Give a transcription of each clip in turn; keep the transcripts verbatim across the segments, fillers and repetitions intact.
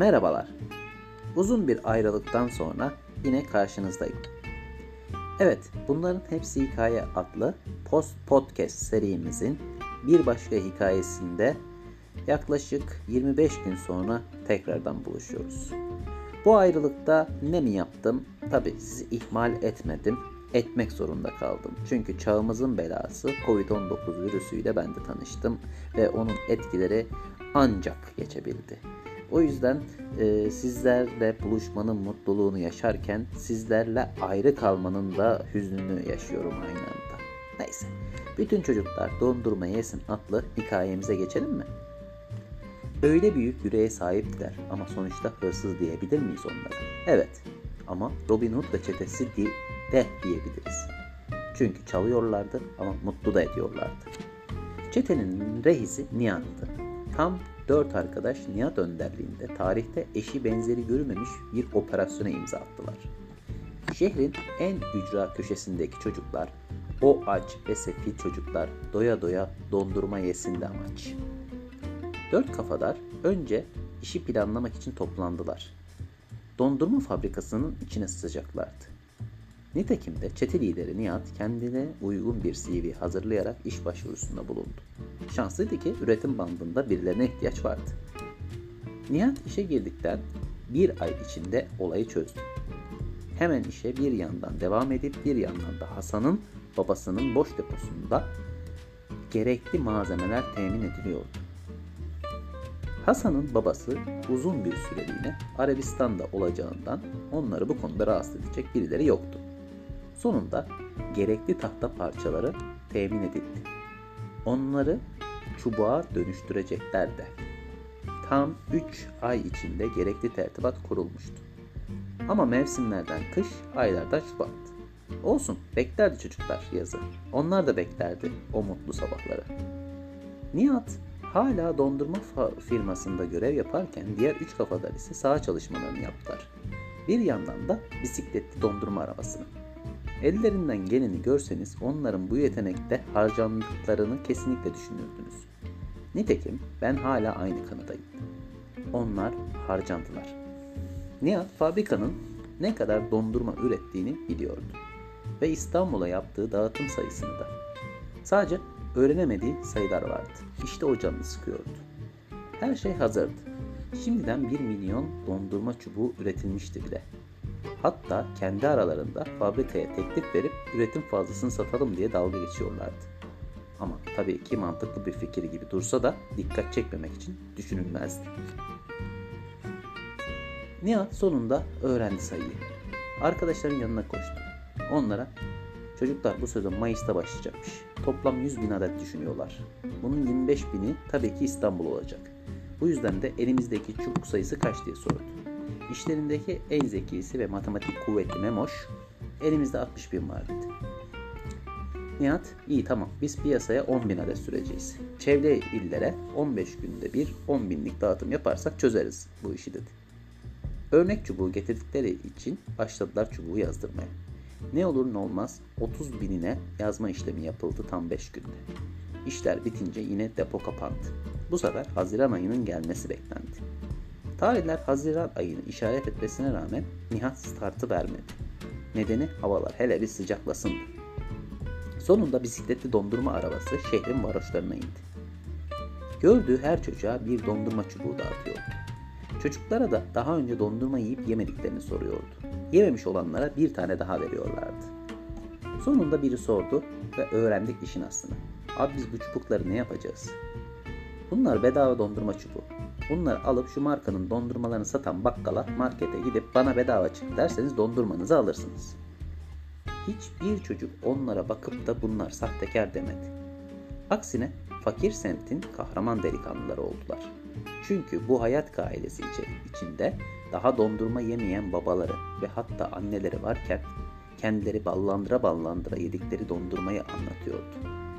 Merhabalar. Uzun bir ayrılıktan sonra yine karşınızdayım. Evet, bunların hepsi hikaye adlı post podcast serimizin bir başka hikayesinde yaklaşık yirmi beş gün sonra tekrardan buluşuyoruz. Bu ayrılıkta ne mi yaptım? Tabii sizi ihmal etmedim. Etmek zorunda kaldım. Çünkü çağımızın belası covid on dokuz virüsüyle ben de tanıştım ve onun etkileri ancak geçebildi. O yüzden e, sizlerle buluşmanın mutluluğunu yaşarken sizlerle ayrı kalmanın da hüznünü yaşıyorum aynı anda. Neyse, bütün çocuklar dondurma yesin adlı hikayemize geçelim mi? Öyle büyük yüreğe sahiptiler ama sonuçta hırsız diyebilir miyiz onlara? Evet, ama Robin Hood ve çetesi de diyebiliriz. Çünkü çalıyorlardı ama mutlu da ediyorlardı. Çetenin reisi Nihat'tı. Tam dört arkadaş Nihat önderliğinde tarihte eşi benzeri görülmemiş bir operasyona imza attılar. Şehrin en ücra köşesindeki çocuklar, o aç ve sefil çocuklar doya doya dondurma yesin de amaç. Dört kafadar önce işi planlamak için toplandılar. Dondurma fabrikasının içine sızacaklardı. Nitekim de çete lideri Nihat kendine uygun bir C V hazırlayarak iş başvurusunda bulundu. Şanslıydı ki üretim bandında birilerine ihtiyaç vardı. Nihat işe girdikten bir ay içinde olayı çözdü. Hemen işe bir yandan devam edip bir yandan da Hasan'ın babasının boş deposunda gerekli malzemeler temin ediliyordu. Hasan'ın babası uzun bir süreliğine Arabistan'da olacağından onları bu konuda rahatsız edecek birileri yoktu. Sonunda gerekli tahta parçaları temin edildi. Onları çubuğa dönüştürecekler de. Tam üç ay içinde gerekli tertibat kurulmuştu. Ama mevsimlerden kış, aylardan Şubat. Olsun, beklerdi çocuklar yazı. Onlar da beklerdi o mutlu sabahları. Nihat hala dondurma firmasında görev yaparken diğer üç kafadar ise saha çalışmalarını yaptılar. Bir yandan da bisikletli dondurma arabasını. Ellerinden geleni görseniz onların bu yetenekte harcandıklarını kesinlikle düşünürdünüz. Nitekim ben hala aynı kanıdayım. Onlar harcandılar. Nihat fabrikanın ne kadar dondurma ürettiğini biliyordu. Ve İstanbul'a yaptığı dağıtım sayısını da. Sadece öğrenemediği sayılar vardı. İşte o canını sıkıyordu. Her şey hazırdı. Şimdiden bir milyon dondurma çubuğu üretilmişti bile. Hatta kendi aralarında fabrikaya teklif verip üretim fazlasını satalım diye dalga geçiyorlardı. Ama tabii ki mantıklı bir fikir gibi dursa da dikkat çekmemek için düşünülmezdi. Nihat sonunda öğrendi sayıyı. Arkadaşların yanına koştu. Onlara, çocuklar bu sezon Mayıs'ta başlayacakmış. Toplam yüz bin adet düşünüyorlar. Bunun yirmi beş bini tabii ki İstanbul olacak. Bu yüzden de elimizdeki çubuk sayısı kaç diye sordu. İşlerindeki en zekisi ve matematik kuvvetli Memoş, elimizde altmış bin var dedi. Nihat, iyi tamam biz piyasaya on bin adet süreceğiz. Çevre illere on beş günde bir on binlik dağıtım yaparsak çözeriz bu işi dedi. Örnek çubuğu getirdikleri için başladılar çubuğu yazdırmaya. Ne olur ne olmaz otuz binine yazma işlemi yapıldı tam beş günde. İşler bitince yine depo kapandı. Bu sefer Haziran ayının gelmesi beklendi. Tarihler Haziran ayını işaret etmesine rağmen Nihat startı vermedi. Nedeni havalar hele bir sıcaklasındı. Sonunda bisikletli dondurma arabası şehrin varoşlarına indi. Gördüğü her çocuğa bir dondurma çubuğu dağıtıyordu. Çocuklara da daha önce dondurma yiyip yemediklerini soruyordu. Yememiş olanlara bir tane daha veriyorlardı. Sonunda biri sordu ve öğrendik işin aslını. Abi biz bu çubukları ne yapacağız? Bunlar bedava dondurma çubuğu. Bunları alıp şu markanın dondurmalarını satan bakkala, markete gidip bana bedava çık derseniz dondurmanızı alırsınız. Hiçbir çocuk onlara bakıp da bunlar sahtekar demedi. Aksine fakir semtin kahraman delikanlıları oldular. Çünkü bu hayat gailesi içinde daha dondurma yemeyen babaları ve hatta anneleri varken kendileri ballandıra ballandıra yedikleri dondurmayı anlatıyordu.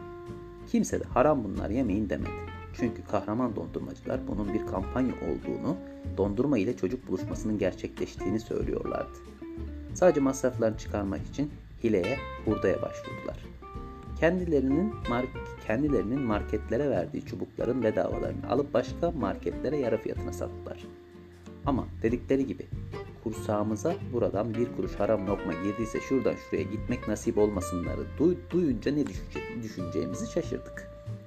Kimse de haram bunlar yemeyin demedi. Çünkü kahraman dondurmacılar bunun bir kampanya olduğunu, dondurma ile çocuk buluşmasının gerçekleştiğini söylüyorlardı. Sadece masraflarını çıkarmak için hileye, hurdaya başvurdular. Kendilerinin, mark, kendilerinin marketlere verdiği çubukların bedavalarını alıp başka marketlere yarı fiyatına sattılar. Ama dedikleri gibi kursağımıza buradan bir kuruş haram lokma girdiyse şuradan şuraya gitmek nasip olmasınları duy, duyunca ne düşünce, düşüneceğimizi şaşırdık.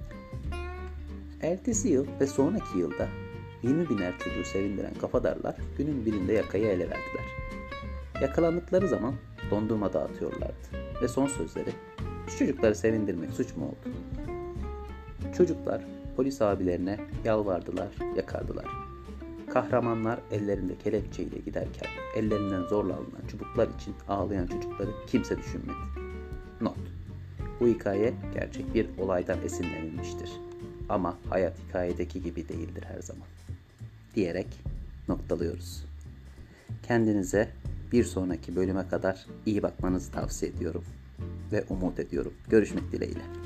Ertesi yıl ve sonraki yılda yirmi biner çocuğu sevindiren kafadarlar günün birinde yakayı ele verdiler. Yakalandıkları zaman dondurma dağıtıyorlardı ve son sözleri, "Şu çocukları sevindirmek suç mu oldu?" Çocuklar polis abilerine yalvardılar, yakardılar. Kahramanlar ellerinde kelepçeyle giderken ellerinden zorla alınan çubuklar için ağlayan çocukları kimse düşünmedi. Not: Bu hikaye gerçek bir olaydan esinlenilmiştir. Ama hayat hikayedeki gibi değildir her zaman. Diyerek noktalıyoruz. Kendinize bir sonraki bölüme kadar iyi bakmanızı tavsiye ediyorum ve umut ediyorum. Görüşmek dileğiyle.